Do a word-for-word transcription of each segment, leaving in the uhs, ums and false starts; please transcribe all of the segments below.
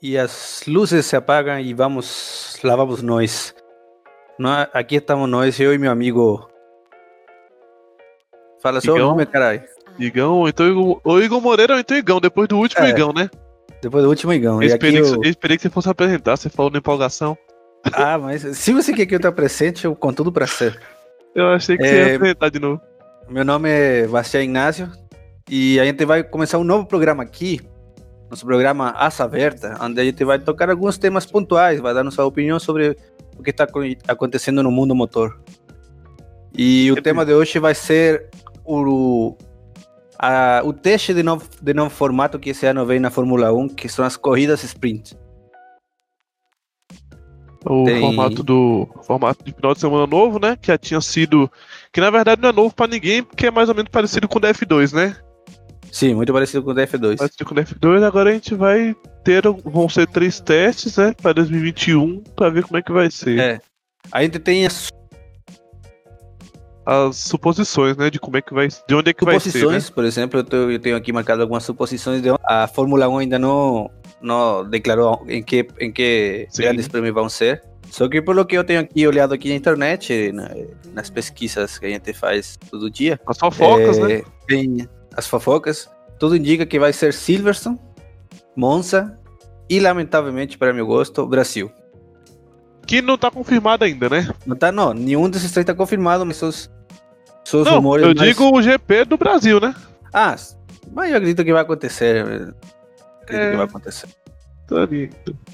e as luzes se apagam e vamos, lá vamos nós. Nó- Aqui estamos nós, eu e meu amigo. Fala seu Igão? nome, caralho. Igão, ou então Igor, ou Igor Moreira ou então Igão, depois do último É. Igão, né? Depois do último Igão. Eu E aqui esperei, que, eu... eu esperei que você fosse apresentar, você falou na empolgação. Ah, mas se você quer que eu te apresente, eu conto tudo pra você. Eu achei que É. você ia apresentar de novo. Meu nome é Bastião Ignacio e a gente vai começar um novo programa aqui, nosso programa Asa Aberta, onde a gente vai tocar alguns temas pontuais, vai dar nossa opinião sobre o que está acontecendo no mundo motor. E o tema de hoje vai ser o, a, o teste de novo, de novo formato que esse ano vem na Fórmula um, que são as corridas sprint. O Tem- formato do formato de final de semana novo, né? Que já tinha sido. Que na verdade não é novo pra ninguém, porque é mais ou menos parecido com o D F dois, né? Sim, muito parecido com o D F dois. Parecido com o D F dois, agora a gente vai ter. Vão ser três testes, né? Pra dois mil e vinte e um, pra ver como é que vai ser. É. A gente tem as As suposições, né? De como é que vai. De onde é que vai ser. Né? suposições, por exemplo, eu, tô- eu tenho aqui marcado algumas suposições de a Fórmula um ainda não, não declarou em que, em que Sim. grandes prêmios vão ser. Só que pelo que eu tenho aqui olhado aqui na internet, na- nas pesquisas que a gente faz todo dia, As fofocas, é, né? tem as fofocas, tudo indica que vai ser Silverstone, Monza e, lamentavelmente, para meu gosto, Brasil. Que não tá confirmado ainda, né? Não tá, não, nenhum desses três está confirmado, mas seus, seus Não, rumores... eu mais- digo o G P do Brasil, né? Ah, mas eu acredito que vai acontecer. Acredito É. que vai acontecer. Tá ali.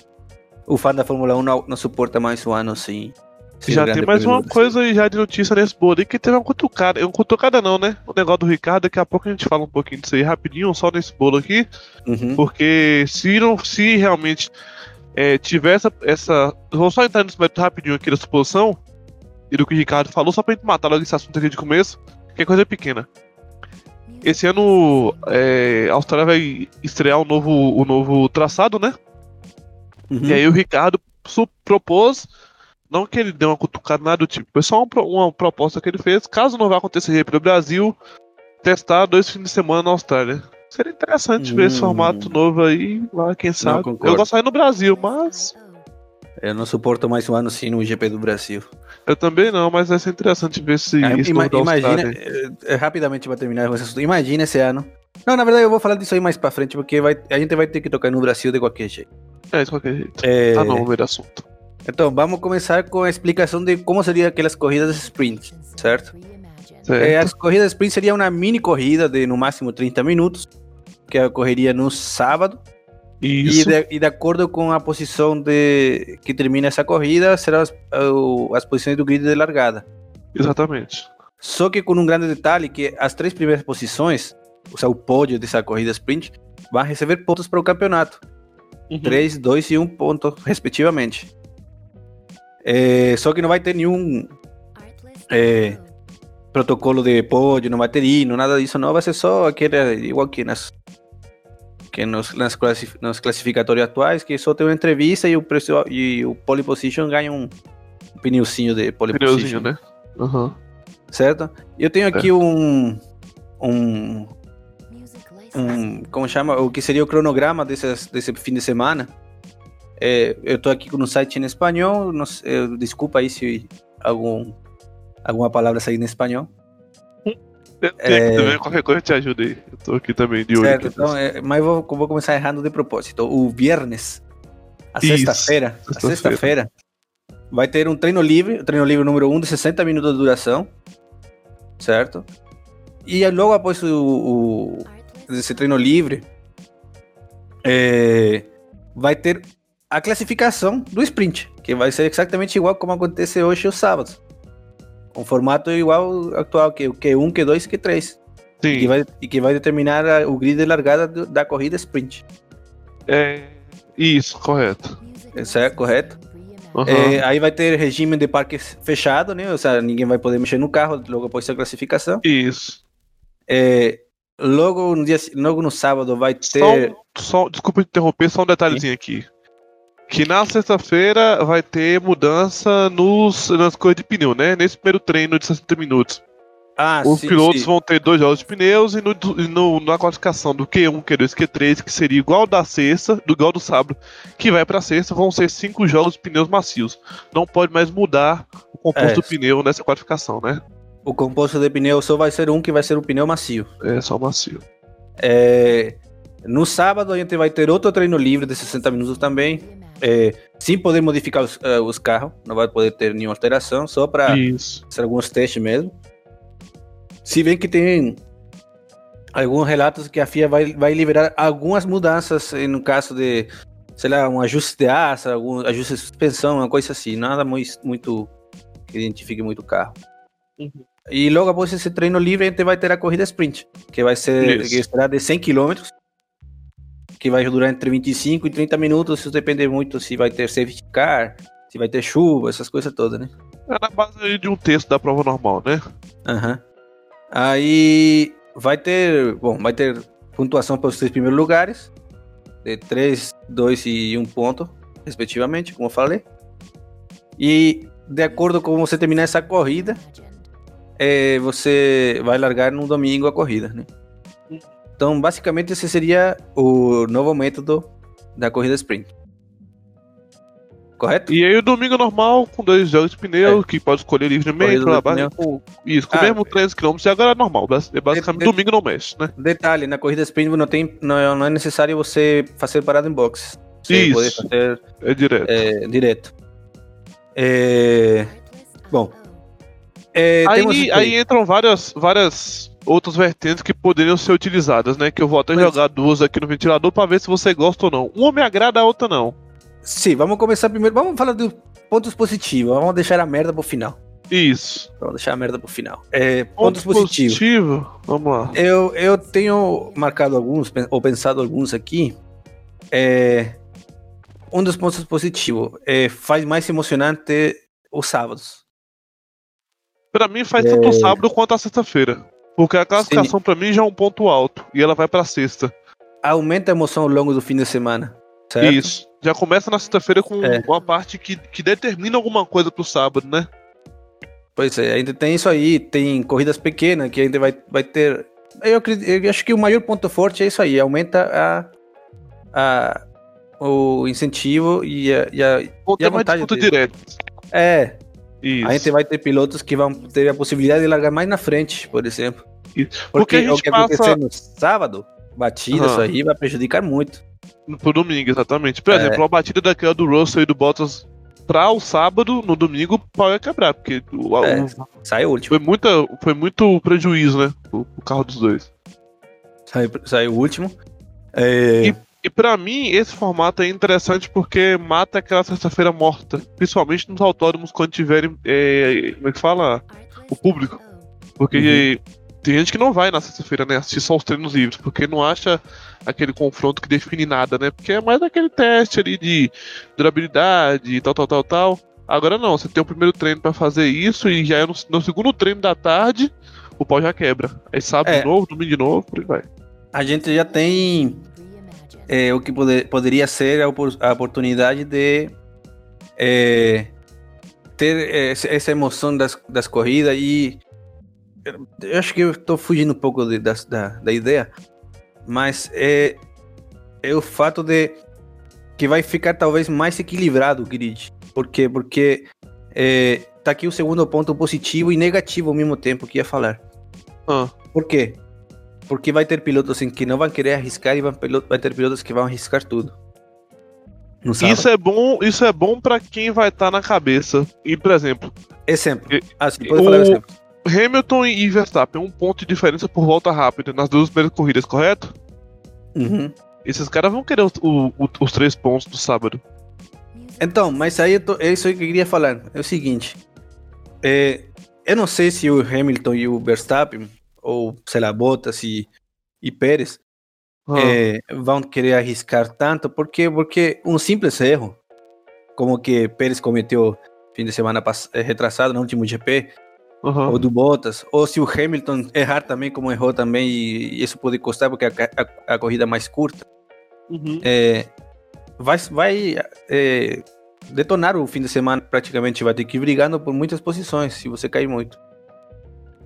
O fã da Fórmula um não, não suporta mais um ano sem. sem Já o Grande tem mais Prêmio uma do Brasil. coisa aí já de notícia nesse bolo aí, que teve uma cutucada. Uma cutucada não, né? O negócio do Ricardo, daqui a pouco a gente fala um pouquinho disso aí rapidinho, só nesse bolo aqui. Uhum. Porque se não, se realmente é, tiver essa, essa. Vou só entrar nesse método rapidinho aqui da suposição e do que o Ricardo falou, só pra gente matar logo esse assunto aqui de começo, que é coisa pequena. Esse ano é, a Austrália vai estrear o novo, o novo traçado, né? Uhum. E aí o Ricardo su- propôs, não que ele deu uma cutucada, nada do tipo, foi só um pro- uma proposta que ele fez, caso não vá acontecer G P do Brasil, testar dois fins de semana na Austrália. Seria interessante ver esse Hum. formato novo aí, lá, quem sabe. concordo. Eu gostaria no Brasil, mas Eu não suporto mais um ano sem no G P do Brasil. eu também não, mas vai ser interessante ver se Ah, isso ima- novo da imagina, Austrália. eh, eh, rapidamente para terminar com esse assunto. Imagina esse ano. Não, na verdade eu vou falar disso aí mais pra frente, porque vai, a gente vai ter que tocar no Brasil de qualquer jeito. É, de qualquer jeito. É, Ah não, vamos ver assunto. Então, vamos começar com a explicação de como seriam aquelas corridas sprint, certo? Certo. É, as corridas sprint seria uma mini corrida de no máximo trinta minutos, que ocorreria no sábado. E Isso. de, e de acordo com a posição de que termina essa corrida, serão as, o- as posições do grid de largada. Exatamente. Só que com um grande detalhe, que as três primeiras posições, ou seja, o pódio dessa corrida sprint, vão receber pontos para o campeonato. Uhum. três, dois e um ponto, respectivamente. É, só que não vai ter nenhum É, protocolo de pódio, não vai ter hino, nada disso, não. Vai ser só aquele, igual que nas, que nos, nas, classif, nas classificatórios atuais, que só tem uma entrevista e o, pessoal- e o pole position ganha um, um pneuzinho de pole Pneuzinho, position. né? Aham. Certo? Eu tenho aqui um, um, um, como chama, o que seria o cronograma dessas, desse fim de semana. É, eu tô aqui com um site em espanhol, não sei, eu- desculpa aí se algum, alguma palavra sair em espanhol. Tem É. que também, qualquer coisa te ajuda aí. Eu tô aqui também de olho. Certo, aqui. então, é, mas eu vou, vou começar errando de propósito. O viernes, a Isso, sexta-feira, a sexta-feira. sexta-feira, vai ter um treino livre, o treino livre número um de sessenta minutos de duração, certo? E aí, logo após o, o- esse treino livre, é, vai ter a classificação do sprint, que vai ser exatamente igual como acontece hoje os sábados. Um formato igual ao atual, que o Q um, Q dois e Q três. E Sim. que vai, e que vai determinar a- o grid de largada do- da corrida sprint. É. Isso, correto. Isso é correto? Aham. É, aí vai ter regime de parque fechado, né? Ou seja, ninguém vai poder mexer no carro logo após a classificação. Isso. É, logo, no dia, logo no sábado vai Só, ter... um- só, desculpa interromper, só um detalhezinho aqui. Que na sexta-feira vai ter mudança nos, nas coisas de pneu, né? Nesse primeiro treino de sessenta minutos. Ah, Os sim, pilotos sim. vão ter dois jogos de pneus e, no, e no- na classificação do Q um, Q dois, Q três, que seria igual da sexta, do igual do sábado, que vai pra sexta, vão ser cinco jogos de pneus macios. Não pode mais mudar o composto É, do pneu nessa classificação, né? o composto de pneu só vai ser um, que vai ser o pneu macio. É só macio. É, no sábado a gente vai ter outro treino livre de sessenta minutos também, é, sem poder modificar os, eh, os carros, não vai poder ter nenhuma alteração, só para Isso. fazer alguns testes mesmo. Se bem que tem alguns relatos que a F I A vai, vai liberar algumas mudanças eh, no caso de, sei lá, um ajuste de asa, algum ajuste de suspensão, uma coisa assim, nada muito, muito que identifique muito o carro. Uhum. E logo após esse treino livre a gente vai ter a corrida sprint, que vai ser Isso. que será de cem quilômetros, que vai durar entre vinte e cinco e trinta minutos, isso depende muito se vai ter safety car, se vai ter chuva, essas coisas todas, né? É na base aí de um terço da prova normal, né? Aham. Aí vai ter, bom, vai ter pontuação para os três primeiros lugares, de três, dois e um ponto, respectivamente, como eu falei. E de acordo com você terminar essa corrida, é, você vai largar no domingo a corrida, né? Então, basicamente, esse seria o novo método da corrida sprint. Correto? E aí o domingo normal, com dois jogos de pneu, É. que pode escolher livremente, Corrida blá, de blá, pneu. com, isso, com Ah, mesmo trezentos quilômetros, e agora é normal, bas- é basicamente de- de- domingo não mexe, né? Detalhe, na corrida sprint não, tem, não, não é necessário você fazer parada em box. Você Isso. pode fazer É direto. é, direto. É, bom, é, temos Aí, isso aí entram várias, várias outras vertentes que poderiam ser utilizadas, né? Que eu vou até Mas- jogar duas aqui no ventilador pra ver se você gosta ou não. Uma me agrada, a outra não. Sim, vamos começar primeiro. Vamos falar dos pontos positivos. Vamos deixar a merda pro final. Isso. Vamos deixar a merda pro final. É, Ponto pontos positivos. positivo, vamos lá. Eu, eu tenho marcado alguns, pen- ou pensado alguns aqui. É, um dos pontos positivos é, faz mais emocionante os sábados. Pra mim faz É. tanto o sábado quanto a sexta-feira. Porque a classificação pra mim já é um ponto alto. E ela vai pra sexta. Aumenta a emoção ao longo do fim de semana. Certo? Isso. Já começa na sexta-feira com É. uma parte que, que determina alguma coisa pro sábado, né? Pois é, ainda tem isso aí, tem corridas pequenas que ainda vai, vai ter. Eu, acredito, eu acho que o maior ponto forte é isso aí, aumenta a, a, o incentivo e a, e a, Vou E ter a mais vontade disputa dele. direta. É, Isso. a gente vai ter pilotos que vão ter a possibilidade de largar mais na frente, por exemplo. Isso. Porque, Porque a o gente que passa acontecer no sábado, batida, Aham. isso aí vai prejudicar muito. pro domingo, exatamente. Por É. exemplo, a batida daquela do Russell e do Bottas pra o sábado, no domingo, o pau ia quebrar, porque o, a- É. o- Sai o último. foi, muita, foi muito prejuízo, né? O, o carro dos dois. Sai, sai o último. É, E pra mim, esse formato é interessante porque mata aquela sexta-feira morta. Principalmente nos autódromos quando tiverem. É, como é que fala? O público. Porque tem gente que não vai na sexta-feira, né? Assistir só os treinos livres, porque não acha aquele confronto que define nada, né? Porque é mais aquele teste ali de durabilidade e tal, tal, tal, tal. Agora não, você tem o primeiro treino pra fazer isso e já é no, no segundo treino da tarde, o pau já quebra. Aí sábado É. de novo, domingo de novo, por aí vai. a gente já tem é, o que poder, poderia ser a, opor- a oportunidade de é, ter esse- essa emoção das, das corridas e eu, eu acho que eu estou fugindo um pouco de- das- da, da ideia, mas é, é o fato de que vai ficar talvez mais equilibrado o grid. Por quê? Porque é, tá aqui o segundo ponto positivo e negativo ao mesmo tempo que ia falar. Ah. Por quê? Porque vai ter pilotos assim, que não vão querer arriscar e vai, pilo- vai ter pilotos que vão arriscar tudo. No sábado. Isso é bom, isso é bom para quem vai estar na cabeça. E, por exemplo, Exemplo. E- Ah, sim, pode o- falar um exemplo. Hamilton e Verstappen, um ponto de diferença por volta rápida nas duas primeiras corridas, correto? Uhum. Esses caras vão querer os, o- o- os três pontos do sábado. Então, mas aí eu tô- é isso aí que eu queria falar. É o seguinte. é, eu não sei se o Hamilton e o Verstappen, ou sei lá, Bottas e, e Pérez, Ah, é, vão querer arriscar tanto. Por quê? Porque um simples erro, como que Pérez cometeu fim de semana pass- eh, retrasado no último G P, aham. ou do Bottas, ou se o Hamilton errar também, como errou também, e, e isso pode custar porque a, ca- a, a corrida é mais curta, Uhum. é, vai, vai é, detonar o fim de semana, praticamente vai ter que ir brigando por muitas posições, se você cair muito.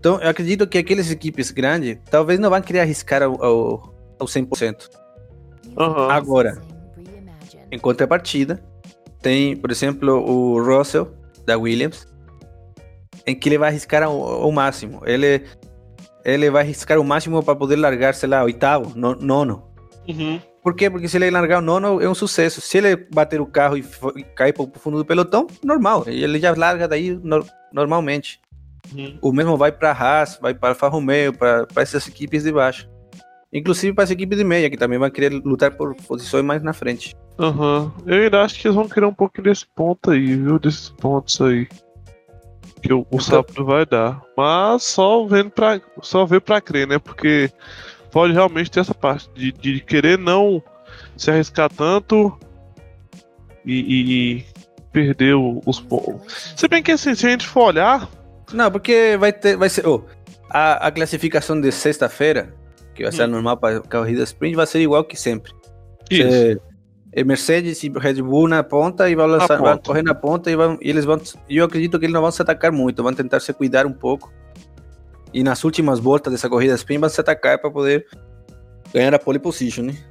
Então, eu acredito que aquelas equipes grandes talvez não vão querer arriscar ao, ao, ao cem por cento. Aham. Agora, em contrapartida, tem, por exemplo, o Russell, da Williams, em que ele vai arriscar ao, ao máximo. Ele, ele vai arriscar o máximo para poder largar, sei lá, oitavo, no, nono. Uhum. Por quê? Porque se ele largar o nono, é um sucesso. Se ele bater o carro e, fo- e cair para o fundo do pelotão, normal. Ele já larga daí no, normalmente. Uhum. O mesmo vai para a Haas, vai para a Alfa Romeo, para essas equipes de baixo. Inclusive para as equipes de meia, que também vai querer lutar por posições mais na frente. Aham. Eu ainda acho que eles vão querer um pouquinho desse ponto aí, viu? Desses pontos aí. Que o, o sábado vai dar. Mas só vendo pra. Só ver pra crer, né? Porque pode realmente ter essa parte de, de querer não se arriscar tanto e, e- e perder o- os pontos. Se bem que assim, se a gente for olhar. Não, porque vai ter, vai ser, oh, a, a classificação de sexta-feira, que vai ser Hum. normal para a corrida sprint, vai ser igual que sempre. Isso. É, é Mercedes e Red Bull na ponta e vão, lançar, ponta. vão correr na ponta e, vão, e eles vão. E eu acredito que eles não vão se atacar muito, vão tentar se cuidar um pouco. E nas últimas voltas dessa corrida sprint vão se atacar para poder ganhar a pole position, né?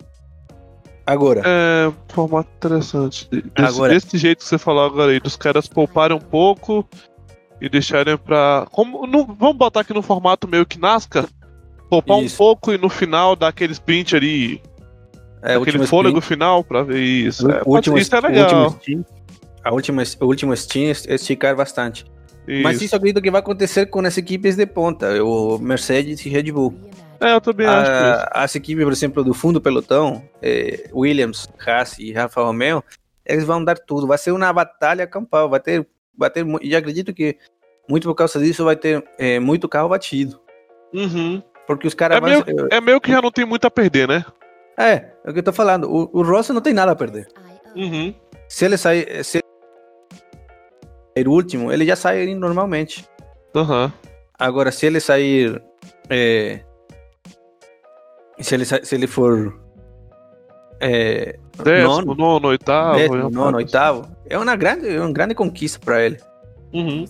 Agora, É, formato interessante. De- Desse, Agora- desse jeito que você falou agora aí, dos caras pouparem um pouco e deixarem pra. Como, não, vamos botar aqui no formato meio que NASCAR? Poupar Isso. um pouco e no final dar aquele sprint ali, é, a aquele última fôlego sprint, final pra ver isso. o É, pode- último, isso é o legal. último stint, a última, o último stint é esticar bastante. Mas Isso. isso eu acredito que vai acontecer com as equipes de ponta, o Mercedes e Red Bull. É, eu também acho isso. A, as equipes, por exemplo, do fundo do pelotão, é, Williams, Haas e Alfa Romeo, eles vão dar tudo. Vai ser uma batalha campal. Vai ter, vai ter, mu- e acredito que muito por causa disso vai ter é, muito carro batido. Uhum. Porque os caras É vão. meio, é meio que já não tem muito a perder, né? É, é o que eu tô falando. O, o Russell não tem nada a perder. Uhum. Se ele sair. Se ele sair último, ele já sai normalmente. Aham. Agora, se ele sair. é, se, ele, sa- se ele for. É, Décimo, nono, oitavo. décimo, já nono, faz. oitavo, é uma grande, é uma grande conquista para ele. Uhum.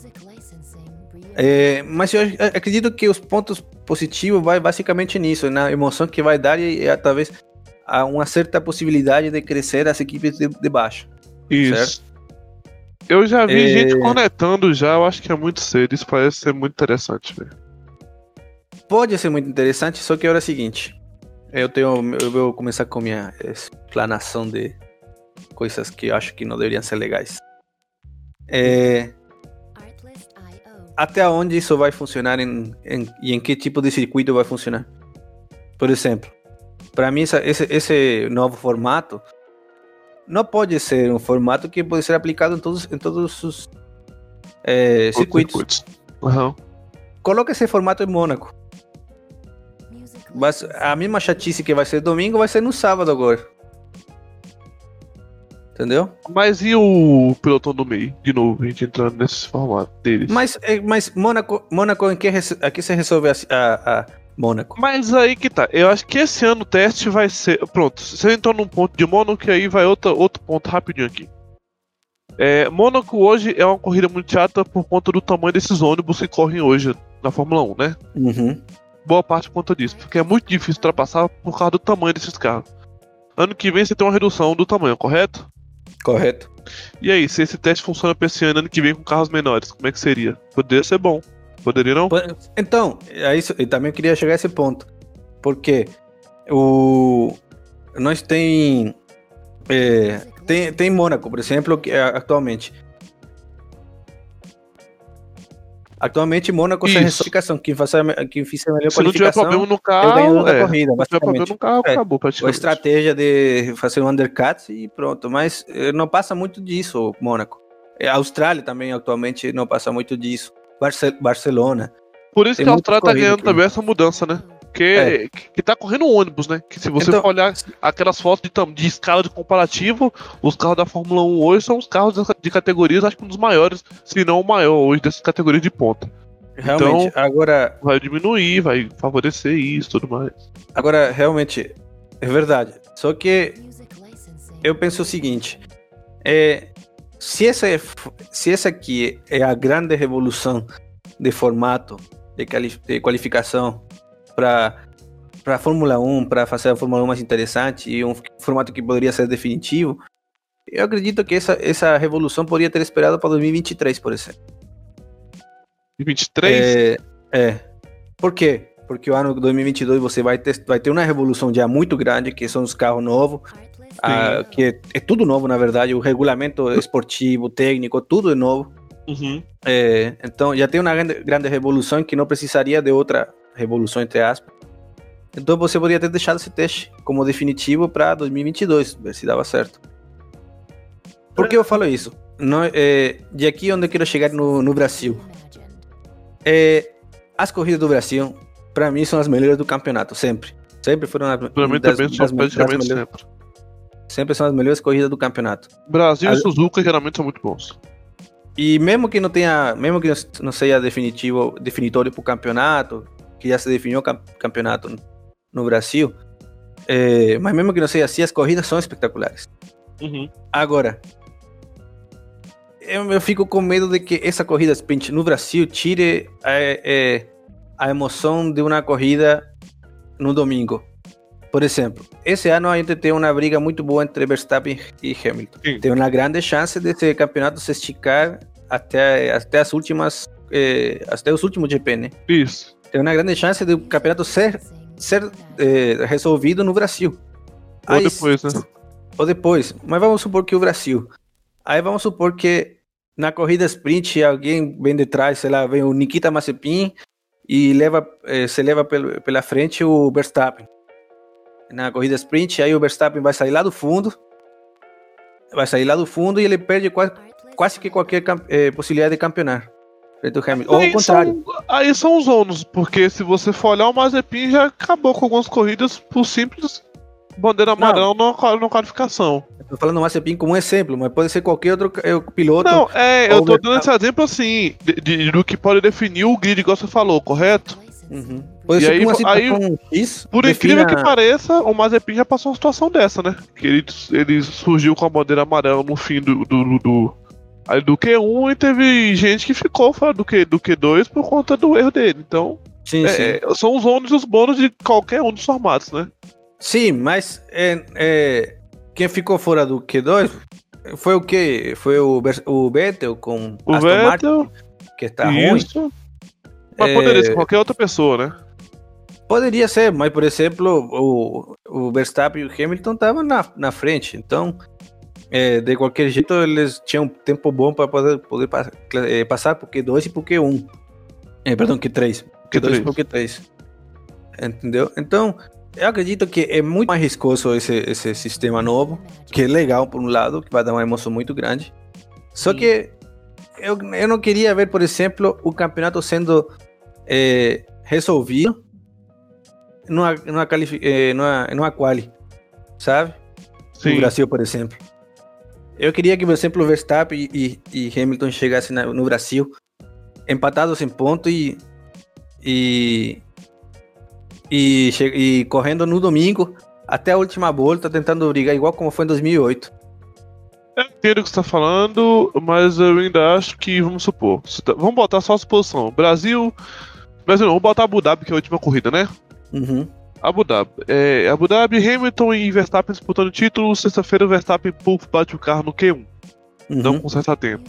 É, mas eu ac- acredito que os pontos positivos vai basicamente nisso, na emoção que vai dar e, e talvez há uma certa possibilidade de crescer as equipes de, de baixo. Isso. Eu já vi É. gente cornetando já, eu acho que é muito cedo. Isso parece ser muito interessante, velho. Pode ser muito interessante, só que é o seguinte, eu tenho, eu vou começar com minha explanação de coisas que eu acho que não deveriam ser legais. É, até onde isso vai funcionar em, em- e em que tipo de circuito vai funcionar. Por exemplo, para mim essa- esse, esse novo formato não pode ser um formato que pode ser aplicado em todos, em todos os é, circuitos. Aham. Coloca esse formato em Mônaco. Mas a mesma chatice que vai ser domingo vai ser no sábado agora. Entendeu? Mas e o pelotão do meio? De novo, a gente entrando nesse formato deles. Mas, é, mas Mônaco, Mônaco em que, res- aqui você resolve a, a, a Mônaco? Mas aí que tá. Eu acho que esse ano o teste vai ser. Pronto, você entrou num ponto de Mônaco, aí vai outra, outro ponto rapidinho aqui. É, Mônaco hoje é uma corrida muito chata por conta do tamanho desses ônibus que correm hoje na Fórmula um, né? Uhum. Boa parte por conta disso, porque é muito difícil ultrapassar por causa do tamanho desses carros. Ano que vem você tem uma redução do tamanho, correto? Correto. E aí, se esse teste funciona pra esse ano, ano que vem com carros menores, como é que seria? Poderia ser bom. Poderia não? Então, é isso, eu também queria chegar a esse ponto. Porque o, nós tem, é, tem, tem Mônaco, por exemplo, que é atualmente. Atualmente, Mônaco sem Isso. classificação. Quem, faça, quem fizer a melhor Se não tiver qualificação problema no é o ganhador carro, da é. corrida, Se não tiver problema basicamente. no carro, É. acabou A praticamente. estratégia de fazer um undercut e pronto. Mas eh, não passa muito disso, Mônaco. É, A Austrália também atualmente não passa muito disso. Barce- Barcelona. Por isso tem que a muita Austrália tá corrida ganhando aqui. também essa mudança, né? Porque É. que, que tá correndo ônibus, né? Que se você Então- for olhar aquelas fotos de, tam- de escala de comparativo, os carros da Fórmula um hoje são os carros de, de categorias, acho que um dos maiores, se não o maior hoje dessas categorias de ponta. Realmente. Então- Agora, Vai diminuir, vai favorecer isso e tudo mais. agora, realmente, é verdade. Só que eu penso o seguinte. É, se, essa é, f- se essa aqui é a grande revolução de formato de, quali- de qualificação para para a Fórmula um, para fazer a Fórmula um mais interessante e um formato que poderia ser definitivo, eu acredito que essa, essa revolução poderia ter esperado para dois mil e vinte e três, por exemplo. vinte e três? É, é. Por quê? Porque o ano dois mil e vinte e dois você vai ter, vai ter uma revolução já muito grande, que são os carros novos, a, que é, é tudo novo, na verdade, o regulamento esportivo, técnico, tudo é novo. Uhum. É, então já tem uma grande, grande revolução que não precisaria de outra revolução, entre aspas. Então você poderia ter deixado esse teste como definitivo para dois mil e vinte e dois, ver se dava certo. Por que eu falo isso? Não, é, de aqui onde eu quero chegar no, no Brasil. É, as corridas do Brasil, para mim, são as melhores do campeonato, sempre. Sempre foram as, Pra mim das, também das, são das praticamente melhores, sempre. sempre são as melhores corridas do campeonato. Brasil As- e Suzuka geralmente são muito bons. E mesmo que não tenha, mesmo que não seja definitivo, definitório para o campeonato, que já se definiu o cam- campeonato no, no Brasil, é, mas mesmo que não seja assim, as corridas são espetaculares. Uhum. Agora, eu, eu fico com medo de que essa corrida sprint no Brasil tire é, é, a emoção de uma corrida no domingo. Por exemplo, esse ano a gente tem uma briga muito boa entre Verstappen e Hamilton. Sim. Tem uma grande chance desse campeonato se esticar até, até as últimas, eh, até os últimos G P, né? Isso. Tem uma grande chance do campeonato ser, ser eh, resolvido no Brasil. Ou Aí, depois, né? Ou depois. Mas vamos supor que o Brasil. Aí vamos supor que na corrida sprint alguém vem de trás, sei lá, vem o Nikita Mazepin e leva, eh, se leva pelo, pela frente o Verstappen. Na corrida sprint, aí o Verstappen vai sair lá do fundo, vai sair lá do fundo e ele perde quase, quase que qualquer cam- eh, possibilidade de campeonar. Frente ao Hamilton. Ou ao Aí contrário. são, aí são os ônus, porque se você for olhar, o Mazepin já acabou com algumas corridas por simples bandeira amarela na, na qualificação. Eu tô falando o Mazepin como um exemplo, mas pode ser qualquer outro eh, piloto. Não, é, eu ou tô Ver- dando esse exemplo assim, de, de- do que pode definir o grid, igual você falou, correto? Uhum. Pode E ser aí, que uma aí, situação X Por defina- incrível que pareça, o Mazepin já passou uma situação dessa, né? Que ele, ele surgiu com a bandeira amarela no fim do, do, do, do, aí do Q um e teve gente que ficou fora do, Q, do Q dois por conta do erro dele. Então, Sim, sim. é, são os ônus e os bônus de qualquer um dos formatos, né? Sim, mas é, é, quem ficou fora do Q dois foi o quê? Foi o, Ber- o Vettel com O Aston Vettel, Martin, que tá ruim. isso. Mas É, poderia ser qualquer outra pessoa, né? Poderia ser, mas por exemplo, o, o Verstappen e o Hamilton estavam na, na frente, então é, de qualquer jeito eles tinham tempo bom para poder, poder pa- é, passar pro Q dois e pro Q um. É, perdão, Q três. Q dois e pro Q três. Entendeu? Então, eu acredito que é muito mais riscoso esse, esse sistema novo, que é legal por um lado, que vai dar uma emoção muito grande. Só Sim. que eu, eu não queria ver, por exemplo, o campeonato sendo é, resolvido numa, numa, qualifi- eh, numa, numa quali, sabe? No Sim. Brasil, por exemplo. Eu queria que, por exemplo, o Verstappen e, e Hamilton chegassem na- no Brasil empatados em ponto e e, e, che- e correndo no domingo até a última volta, tentando brigar igual como foi em dois mil e oito. Eu entendo o que você tá falando, mas eu ainda acho que, vamos supor, se tá- vamos botar só a suposição. Brasil. Brasil não, vamos botar Abu Dhabi, que é a última corrida, né? Uhum. Abu Dhabi. É, Abu Dhabi, Hamilton e Verstappen disputando o título. Sexta-feira o Verstappen puf, bate o carro no Q um. Não Uhum. conserta tempo.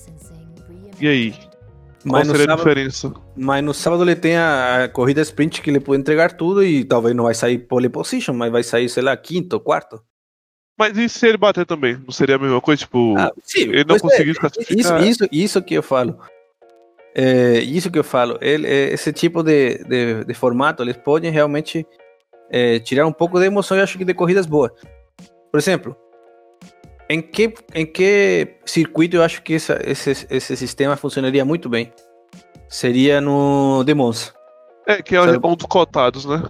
E aí? Qual Mas, no seria a sábado, diferença? mas no sábado ele tem a, a corrida sprint que ele pode entregar tudo e talvez não vai sair pole position, mas vai sair, sei lá, quinto ou quarto. Mas e se ele bater também? Não seria a mesma coisa? Tipo, Ah, sim, ele não pois é, conseguiu Isso, classificar? isso, isso que eu falo. É, isso que eu falo. Ele, é, esse tipo de, de, de formato, eles podem realmente é, tirar um pouco de emoção, eu acho que de corridas boas. Por exemplo, em que, em que circuito eu acho que essa, esse, esse sistema funcionaria muito bem? Seria no de Monza. É, que é Sabe? um dos cotados, né?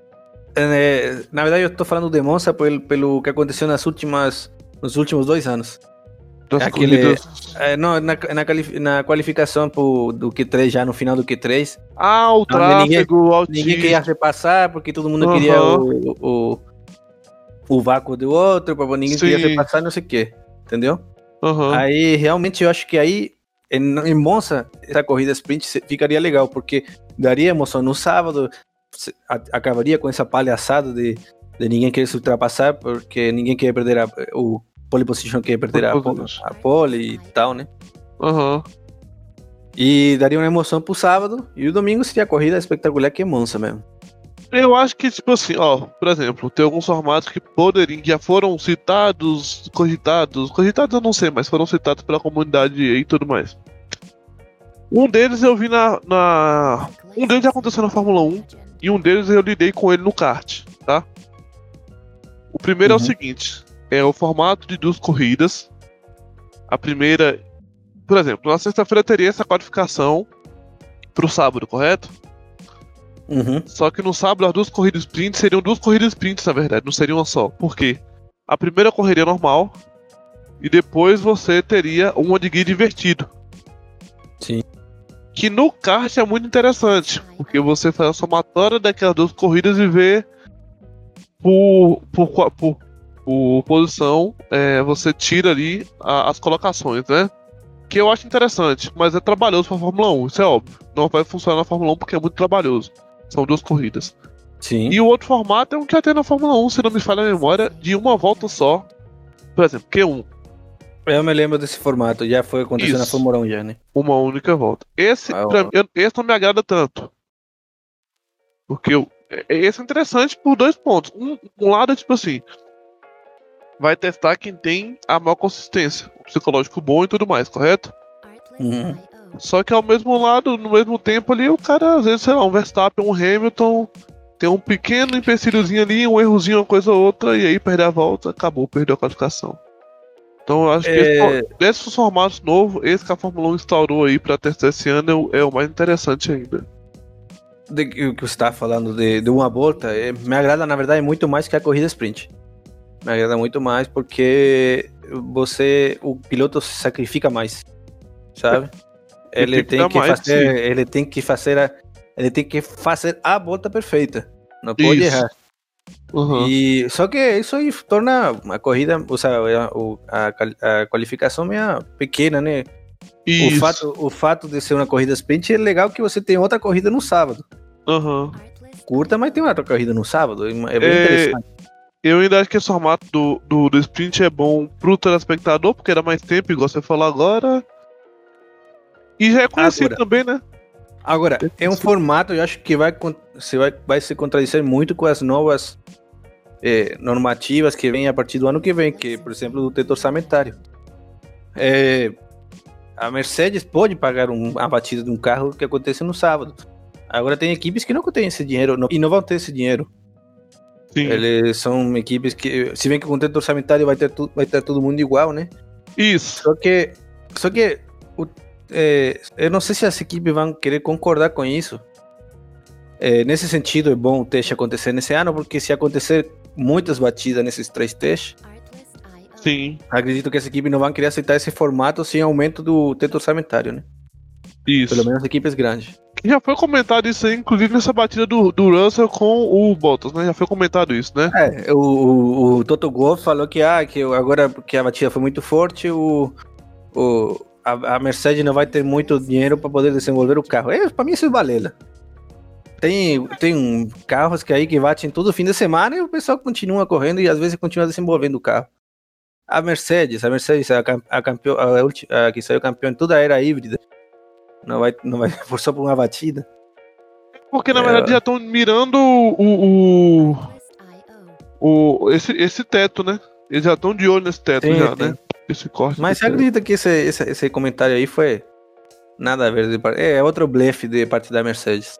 É, na verdade, eu estou falando de Monza pelo, pelo que aconteceu nas últimas, nos últimos dois anos. Das Aquele- corridas. É, não, na, na, quali- na qualificação pro, do Q três, já no final do Q três, Ah, o tráfego, o ninguém queria autismo. se passar porque todo mundo Aham. queria o, o, o vácuo do outro, pra- ninguém queria Sim. se passar, não sei o que, entendeu? Aham. Aí realmente eu acho que aí em, em Monza, essa corrida sprint ficaria legal, porque daria emoção no sábado, a, acabaria com essa palhaçada de, de ninguém querer se ultrapassar, porque ninguém quer perder a, o pole position, quer perder a, a pole e tal, né? Aham. Uhum. E daria uma emoção pro sábado, e o domingo seria a corrida espetacular que é Monza mesmo. Eu acho que, tipo assim, ó, por exemplo, tem alguns formatos que poderiam, já foram citados, cogitados, cogitados eu não sei, mas foram citados pela comunidade e tudo mais. Um deles eu vi na, na... Um deles já aconteceu na Fórmula um, e um deles eu lidei com ele no kart, tá? O primeiro uhum. é o seguinte, é o formato de duas corridas. A primeira, por exemplo, na sexta-feira teria essa qualificação pro sábado, correto? Uhum. Só que no sábado as duas corridas sprint seriam duas corridas sprints, na verdade, não seria uma só. Por quê? A primeira correria normal e depois você teria uma de grid invertido. Sim. Que no kart é muito interessante, porque você faz a somatória daquelas duas corridas e vê por, por, por, por posição, é, você tira ali a, as colocações, né? Que eu acho interessante, mas é trabalhoso pra Fórmula um, isso é óbvio. Não vai funcionar na Fórmula um porque é muito trabalhoso. São duas corridas. Sim. E o outro formato é um que já tem na Fórmula um, se não me falha a memória, de uma volta só. Por exemplo, Q um. Eu me lembro desse formato, já foi acontecendo na Fórmula um já, né? Uma única volta. Esse, ah, pra mim, eu, esse não me agrada tanto. Porque eu, esse é interessante por dois pontos. Um, um lado é tipo assim, vai testar quem tem a maior consistência, o psicológico bom e tudo mais, correto? Uhum. Só que ao mesmo lado, no mesmo tempo ali, o cara, às vezes, sei lá, um Verstappen, um Hamilton, tem um pequeno empecilhozinho ali, um errozinho, uma coisa ou outra, e aí perde a volta, acabou, perdeu a qualificação. Então eu acho que é... esse, desses formatos novos, esse que a Fórmula um instaurou aí pra testar esse ano é o, é o mais interessante ainda. De, o que você tá falando de, de uma volta, é, me agrada, na verdade, muito mais que a corrida sprint. Me agrada muito mais porque você, o piloto se sacrifica mais, sabe? Ele, ele tem, tem que mais, fazer, sim. ele tem que fazer a, ele tem que fazer a volta perfeita. Não pode isso. errar. Uhum. E só que isso aí torna a corrida, ou seja, a, a, a qualificação meio pequena, né? O fato, o fato de ser uma corrida sprint é legal que você tem outra corrida no sábado. Uhum. Curta, mas tem outra corrida no sábado. É bem é... interessante. Eu ainda acho que esse formato do, do, do sprint é bom pro telespectador, porque era mais tempo, igual você falou agora. E já é conhecido agora, também, né? Agora, é um formato, eu acho que vai, você vai, vai se contradizer muito com as novas é, normativas que vêm a partir do ano que vem, que, por exemplo, do teto orçamentário. É, a Mercedes pode pagar um, a batida de um carro que acontece no sábado. Agora tem equipes que não têm esse dinheiro não, e não vão ter esse dinheiro. Sim. Eles são equipes que, se bem que com o teto orçamentário vai ter, tu, vai ter todo mundo igual, né? Isso. Só que, só que o, é, eu não sei se as equipes vão querer concordar com isso. É, nesse sentido, é bom o teste acontecer nesse ano, porque se acontecer muitas batidas nesses três testes, sim, acredito que as equipes não vão querer aceitar esse formato sem aumento do teto orçamentário, né? Isso. Pelo menos equipes grandes. Já foi comentado isso aí, inclusive nessa batida do, do Russell com o Bottas, né? Já foi comentado isso, né? É, o, o, o Toto Wolff falou que, ah, que agora que a batida foi muito forte, o, o, a, a Mercedes não vai ter muito dinheiro para poder desenvolver o carro. É, para mim isso é balela. Tem, tem carros que aí que batem todo fim de semana e o pessoal continua correndo e às vezes continua desenvolvendo o carro. A Mercedes, a Mercedes, a, a, campeão, a, a que saiu campeão em toda a era híbrida, não vai, não vai por só por uma batida. Porque na é, verdade já estão mirando o, o, o esse, esse teto, né? Eles já estão de olho nesse teto, sim, já, sim, né? Esse corte. Mas você acredita que esse, esse, esse comentário aí foi nada a ver? De, é outro blefe de parte da Mercedes.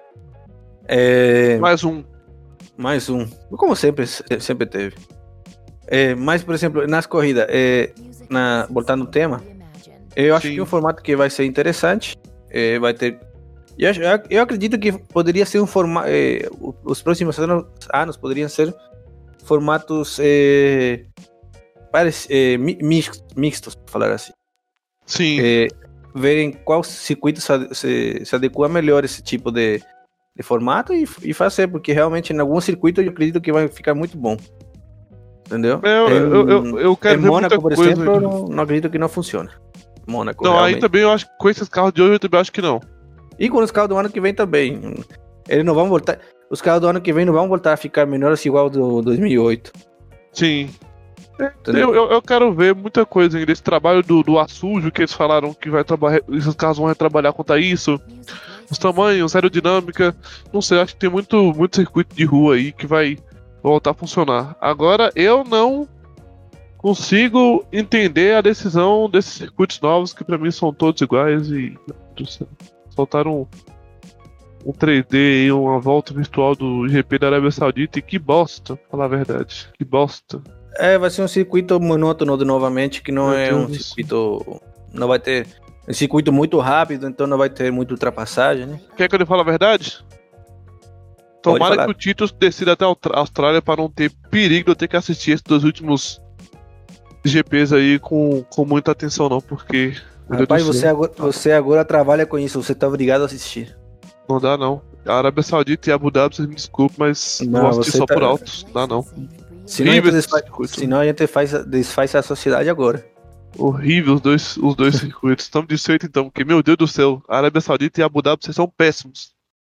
É, mais um. Mais um. Como sempre, sempre teve. É, mas, por exemplo, nas corridas, é, na, voltando ao tema, eu acho Sim. que um formato que vai ser interessante, é, vai ter... Eu, eu acredito que poderia ser um formato... É, os próximos anos, anos poderiam ser formatos é, parece, é, mixtos, mixtos, para falar assim. Sim. É, verem qual circuito se, se, se adequa melhor a esse tipo de, de formato e, e fazer, porque realmente em algum circuito eu acredito que vai ficar muito bom. Entendeu? Eu, em, eu, eu, eu quero em ver Mônaco, muita por coisa exemplo, eu não, não acredito que não funcione. Mônaco. Não, realmente. aí também eu acho que com esses carros de hoje eu também acho que não. E com os carros do ano que vem também. Eles não vão voltar. Os carros do ano que vem não vão voltar a ficar menores igual do dois mil e oito. Sim. É, Entendeu? eu, eu, eu quero ver muita coisa ainda. Esse trabalho do, do Açujo, que eles falaram que vai trabalhar. Esses carros vão retrabalhar contra isso. Os tamanhos, aerodinâmica. Não sei, acho que tem muito, muito circuito de rua aí que vai voltar a funcionar. Agora, eu não consigo entender a decisão desses circuitos novos, que pra mim são todos iguais e. Do céu. Soltaram um, um três D e uma volta virtual do G P da Arábia Saudita e que bosta, pra falar a verdade. Que bosta. É, vai ser um circuito monótono de novamente, que não Meu é Deus um do céu. circuito. Não vai ter. É um circuito muito rápido, então não vai ter muita ultrapassagem, né? Quer que eu lhe fale a verdade? Pode Tomara falar. que o Tito decida até a Austr- Austrália para não ter perigo de eu ter que assistir esses dois últimos G Ps aí com, com muita atenção, não, porque. meu Deus Rapaz, do você céu, agora, você agora trabalha com isso, você tá obrigado a assistir. não dá não. A Arábia Saudita e Abu Dhabi, vocês me desculpem, mas Não, vou assistir você só tá- por alto. Dá não. Senão a gente Horrível esse desfaz, circuito. senão a gente faz, desfaz a sociedade agora. Horrível os dois, os dois circuitos. Estamos de jeito então, porque, meu Deus do céu, a Arábia Saudita e Abu Dhabi, vocês são péssimos.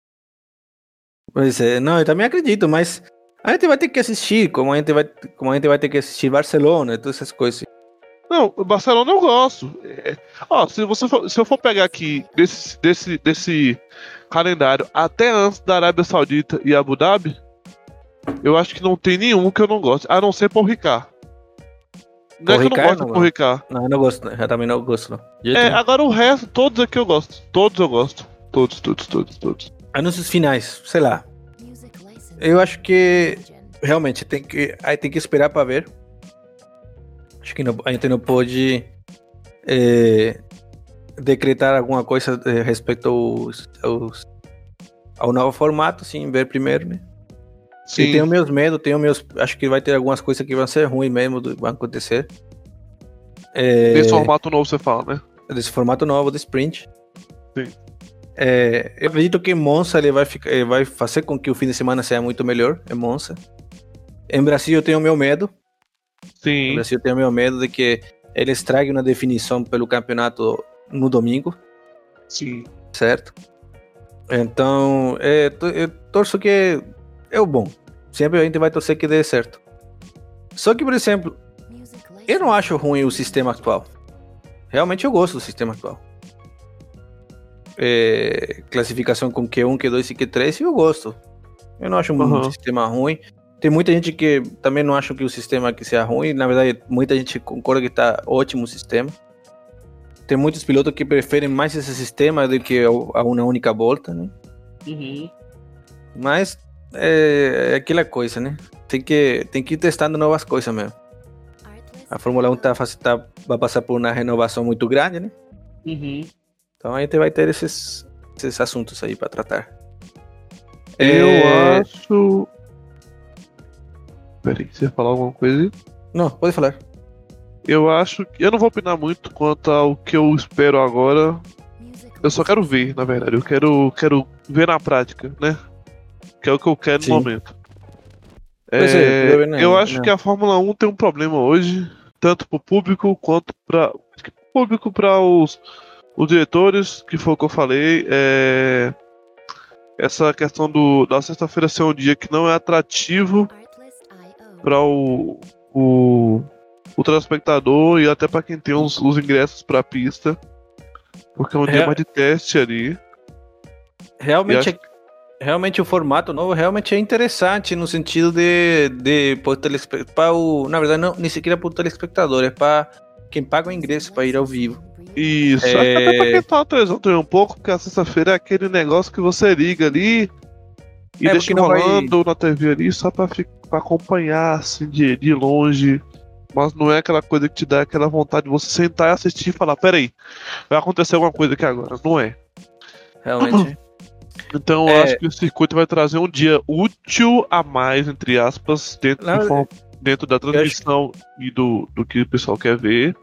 Pois é, não, eu também acredito, mas a gente vai ter que assistir, como a gente vai, como a gente vai ter que assistir Barcelona, todas essas coisas. Não, o Barcelona eu gosto. É, ó, se, você for- se eu for pegar aqui desse, desse, desse calendário até antes da Arábia Saudita e Abu Dhabi, eu acho que não tem nenhum que eu não gosto, a não ser Paul Ricard. Não é Paul que eu não Ricard, gosto não, do Paul Ricard. Não, eu não gosto, eu também não gosto, não. De jeito É, nenhum. agora o resto, todos aqui eu gosto. Todos eu gosto. Todos, todos, todos, todos. Anúncios finais, sei lá. Eu acho que realmente tem que, aí tem que esperar pra ver. Acho que não- a gente não pode é, decretar alguma coisa é, respeito aos, aos- ao novo formato, sim, ver primeiro, né? Sim. E tenho meus medos, tenho meus. Acho que vai ter algumas coisas que vão ser ruins mesmo, do- vão acontecer. É, Nesse formato novo você fala, né? desse formato novo do sprint. Sim. É, eu acredito que em Monza ele vai, ficar, ele vai fazer com que o fim de semana seja muito melhor, em Monza. Em Brasil eu tenho meu medo. No Sim. Brasil eu tenho meu medo de que eles traguem uma definição pelo campeonato no domingo, Sim. certo? Então, é, to- eu torço que é o bom. Sempre a gente vai torcer que dê certo. Só que, por exemplo, eu não acho ruim o sistema atual. Realmente eu gosto do sistema atual. É, classificação com Q um, Q dois e Q três, eu gosto. Eu não acho um Uhum. sistema ruim. Tem muita gente que também não acha que o sistema aqui seja ruim. Na verdade, muita gente concorda que tá ótimo o sistema. Tem muitos pilotos que preferem mais esse sistema do que a uma única volta, né? Uhum. Mas é, é aquela coisa, né? Tem que, tem que ir testando novas coisas mesmo. A Fórmula um tá, faz- tá, vai passar por uma renovação muito grande, né? Uhum. Então a gente vai ter esses, esses assuntos aí para tratar. Eu É, acho. Peraí, você ia falar alguma coisa aí? Não, pode falar. Eu acho que. Eu não vou opinar muito quanto ao que eu espero agora. Eu só quero ver, na verdade. Eu quero, quero ver na prática, né? Que é o que eu quero Sim. no momento. Pois é, É, eu ver, né, eu acho né. que a Fórmula um tem um problema hoje, tanto pro público quanto para público para os, os diretores, que foi o que eu falei. É, essa questão do, da sexta-feira ser um dia que não é atrativo para o, o, o telespectador e até para quem tem os, os ingressos para a pista, porque é um dia É. mais de teste ali. Realmente, E é- realmente o formato novo realmente é interessante no sentido de, de para o telespectador, o, na verdade não nem sequer para o telespectador, é para quem paga o ingresso para ir ao vivo. Isso, É. até pra quem tá na televisão também um pouco, porque a sexta-feira é aquele negócio que você liga ali e É, deixa porque não vai- rolando na T V ali só pra, fi- pra acompanhar assim de, de longe. Mas não é aquela coisa que te dá aquela vontade de você sentar e assistir e falar, peraí, vai acontecer alguma coisa aqui agora. Não é. Realmente. Então É. eu acho que o circuito vai trazer um dia útil a mais, entre aspas, dentro, Não, do form- dentro da transmissão e do, do que o pessoal quer ver.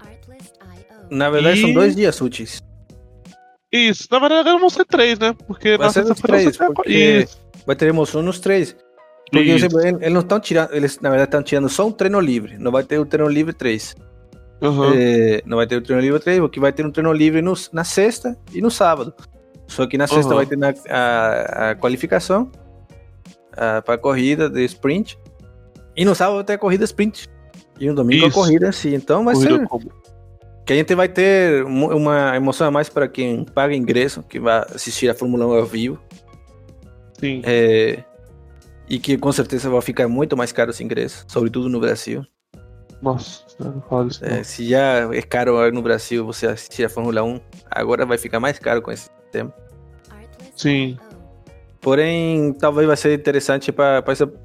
Na verdade E- são dois dias úteis. Isso, na verdade agora vão ser três, né? Porque Vai na ser nos sexta-feira três, você tem- porque Isso. vai ter emoção nos três. Porque Isso. você- eles não estão tirando, eles na verdade estão tirando só um treino livre, não vai ter o treino livre três. Uhum. É, não vai ter o treino livre três, porque vai ter um treino livre no, na sexta e no sábado. Só que na sexta Uhum. vai ter na, a, a qualificação para a corrida de sprint. E no sábado vai ter a corrida sprint. E no domingo Isso. a corrida assim. Então vai Corrida ser... como? Que a gente vai ter mu- uma emoção a mais para quem paga ingresso, que vai assistir a Fórmula um ao vivo. Sim. É, e que com certeza vai ficar muito mais caro esse ingresso, sobretudo no Brasil. Nossa, eu não falo isso. É, Não. se já é caro no Brasil você assistir a Fórmula um, agora vai ficar mais caro com esse sistema. Sim. Porém, talvez vai ser interessante para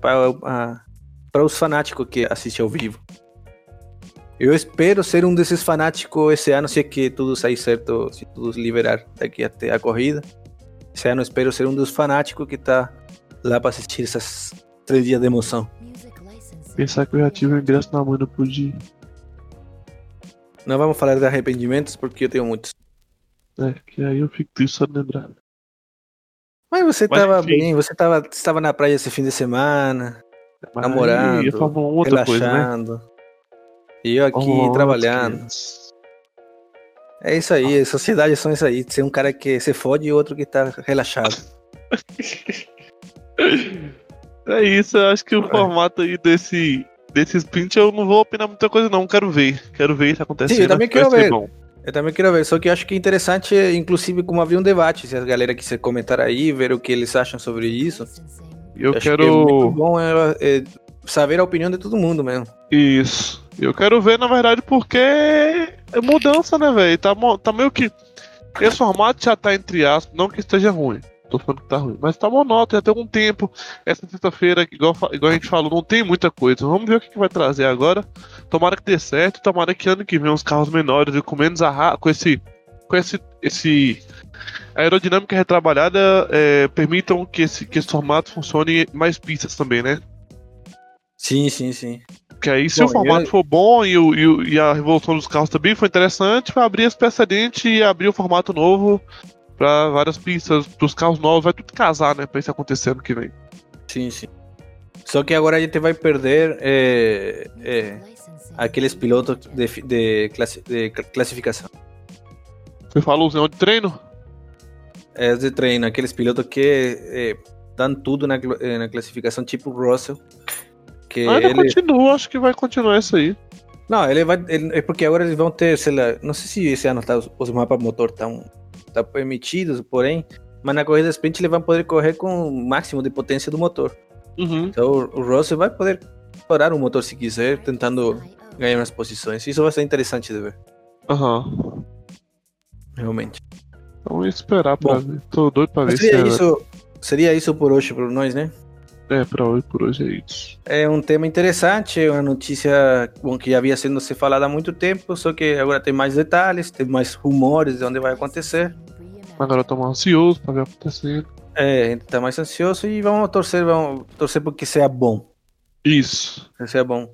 os fanáticos que assistem ao vivo. Eu espero ser um desses fanáticos esse ano, se é que tudo sair certo, se tudo liberar daqui até a corrida. Esse ano eu espero ser um dos fanáticos que tá lá para assistir esses três dias de emoção. Pensar que eu já tive o ingresso na mão, não pude ir. Não vamos falar de arrependimentos, porque eu tenho muitos. É, que aí eu fico triste só de lembrar. Mas você Mas, tava enfim. bem, você tava, estava na praia esse fim de semana, Mas namorando, aí é Fórmula um outra coisa, né? relaxando. E eu aqui Fórmula um, trabalhando. outras É isso aí, sociedade são isso aí. Ser um cara que se fode e outro que tá relaxado. É isso, eu acho que o É. formato aí desse, desse sprint eu não vou opinar muita coisa não, quero ver. Quero ver isso acontecendo. Sim, eu também vai quero ser ver. bom. Eu também quero ver, só que eu acho que é interessante, inclusive, como abrir um debate, se a galera quiser comentar aí, ver o que eles acham sobre isso. Eu acho que é muito quero... bom é, é, saber a opinião de todo mundo mesmo. Isso. Eu quero ver, na verdade, porque é mudança, né, velho? Tá, mo- tá meio que... Esse formato já tá entre aspas, não que esteja ruim. Tô falando que tá ruim, mas tá monótono, já tem algum tempo. Essa sexta-feira, igual, fa- igual a gente falou, não tem muita coisa. Vamos ver o que, que vai trazer agora. Tomara que dê certo, tomara que ano que vem os carros menores e com menos arra... com esse. Com esse. esse a aerodinâmica retrabalhada é, permitam que esse, que esse formato funcione em mais pistas também, né? Sim, sim, sim. Que aí, se Bom, o formato eu- for bom e, o, e, o- e a revolução dos carros também foi interessante, vai abrir esse precedente e abrir o formato novo pra várias pistas, pros carros novos, vai tudo casar, né? Pra isso acontecer ano que vem. Sim, sim. Só que agora a gente vai perder é, é, aqueles pilotos de, fi- de, classi- de cl- classificação. Você falou o de treino? É, de treino, aqueles pilotos que é, dão tudo na, cl- eh, na classificação, tipo o Russell. Que Ainda ele, continua, acho que vai continuar isso aí. não, ele vai. ele- é porque agora eles vão ter, sei lá, não sei se esse ano tá, os, os mapas motor estão tá permitidos, porém, mas na corrida sprint ele vai poder correr com o máximo de potência do motor. Uhum. Então o, o Russell vai poder explorar o motor se quiser, tentando ganhar umas posições. Isso vai ser interessante de ver, Aham. realmente. Vamos esperar pra Bom, ver. Tô doido pra ver Mas se seria é... isso, seria isso por hoje para nós, né? é pra hoje, por hoje é isso. É um tema interessante, é uma notícia bom, que já havia sendo se falada há muito tempo, só que agora tem mais detalhes, tem mais rumores de onde vai acontecer. Agora eu tô mais ansioso pra ver o que tá acontecendo. É, a gente tá mais ansioso e vamos torcer, vamos torcer porque seja bom. Isso. Que seja bom.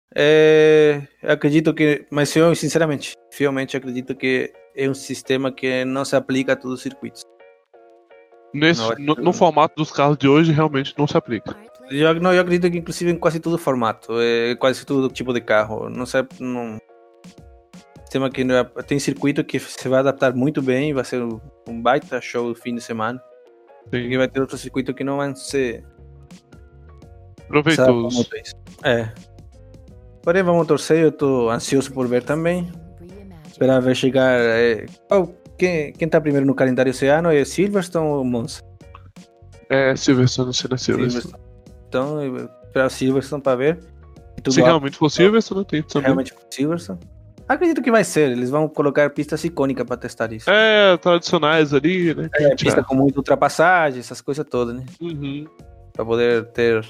É, eu acredito que, mas eu sinceramente, fielmente acredito que é um sistema que não se aplica a todos os circuitos. Nesse, Não, no, no formato dos carros de hoje, realmente não se aplica. Eu, não, eu acredito que inclusive em quase todo formato, é, quase todo tipo de carro. Não sei, não. Sistema que não é- tem circuito que se vai adaptar muito bem, vai ser um um baita show no fim de semana. E Sim. vai ter outro circuito que não vai ser Proveitoso. É. Porém, vamos torcer, eu tô ansioso por ver também. Esperar ver chegar. É, qual- quem, quem tá primeiro no calendário esse ano é Silverstone ou Monza? É, Silverstone, se não é Silverstone. Silverstone. Então, eu- esperar o Silverstone pra ver. E tudo Se lá- realmente for Silverstone, tem também. realmente for Silverstone. Acredito que vai ser, eles vão colocar pistas icônicas pra testar isso. É, tradicionais ali, né? que a É, gente pista já- com muita ultrapassagem, essas coisas todas, né? Uhum. Pra poder ter.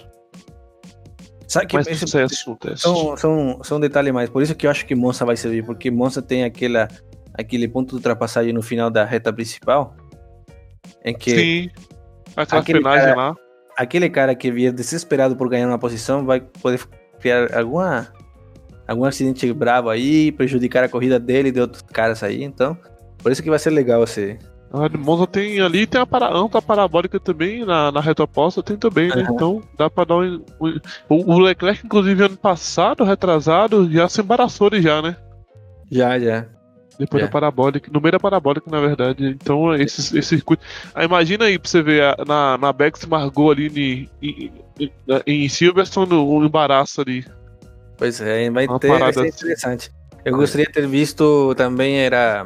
Sabe que Mais esse- sucesso no teste. são, são, são detalhes mais. Por isso que eu acho que Monza vai servir, porque Monza tem aquela, aquele ponto de ultrapassagem no final da reta principal. Em que Sim. Aquela aquele frenagem cara- lá. aquele cara que vier desesperado por ganhar uma posição vai poder criar alguma, algum acidente bravo aí, prejudicar a corrida dele e de outros caras aí. Então, por isso que vai ser legal esse. A de Monza tem ali, tem a para, ampla parabólica também, na, na reta oposta tem também, né? Uhum. Então dá pra dar um, um- O o Leclerc, inclusive, ano passado, retrasado, já se embaraçou ele já, né? Já, já. Depois É. da parabólica, no meio da parabólica, na verdade. Então, esse, esse circuito. Ah, imagina aí pra você ver a- na, na Bex Margot ali em, em, em Silverstone, um embaraço ali. Pois é, vai Uma ter, vai parada ser assim. interessante. Eu gostaria de ter visto também, era.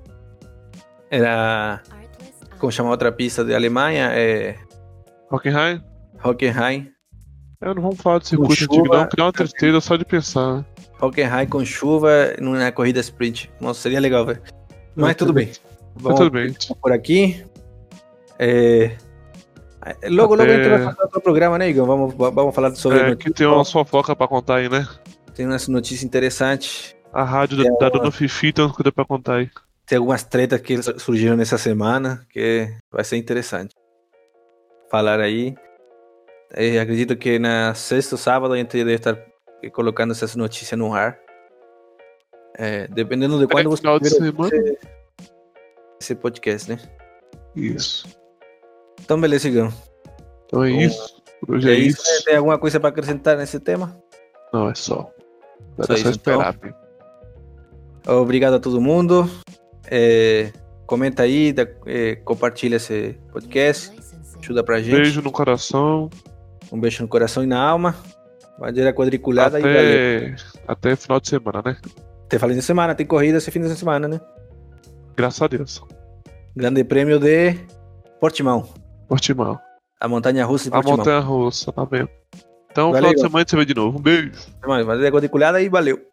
Era. Como chama a outra pista de Alemanha? É. Hockenheim? Hockenheim. É, não vamos falar de Com circuito antigo, chuva. não, que dá uma tristeza só de pensar. Né? Hockenheim com chuva na corrida sprint. Nossa, seria legal, velho. Mas É, tudo bem. Mas Vamos tudo bem. por aqui. É, Logo, logo a gente Até- vai fazer outro programa, né, Igor? Vamos, vamos falar sobre É, que notícias. tem uma fofoca pra contar aí, né? Tem umas notícias interessantes. A rádio da, da Dona Fifi tem umas coisas pra contar aí. Tem algumas tretas que surgiram nessa semana que vai ser interessante falar aí. Eu acredito que na sexta ou sábado a gente deve estar colocando essas notícias no ar. É, dependendo de quando É, você final de tiver semana. esse, esse podcast, né? Isso. Então, beleza, Igor. Então é Bom, isso. Por hoje É é isso, isso. né? Tem alguma coisa para acrescentar nesse tema? Não, é só. Vai Só dar só isso, então. esperar, filho. Obrigado a todo mundo. É, comenta aí, dá- é, compartilha esse podcast. Ajuda pra gente. Beijo no coração. Um beijo no coração e na alma. Madeira quadriculada e valeu. Até, até final de semana, né? Tem falando de semana, tem corrida esse fim de semana, né? Graças a Deus. Grande prêmio de Portimão. Portimão. A montanha russa de A Portimão. montanha russa, tá vendo? Então, Valeu. final de semana você vê de novo. Um beijo. Madeira quadriculada e valeu.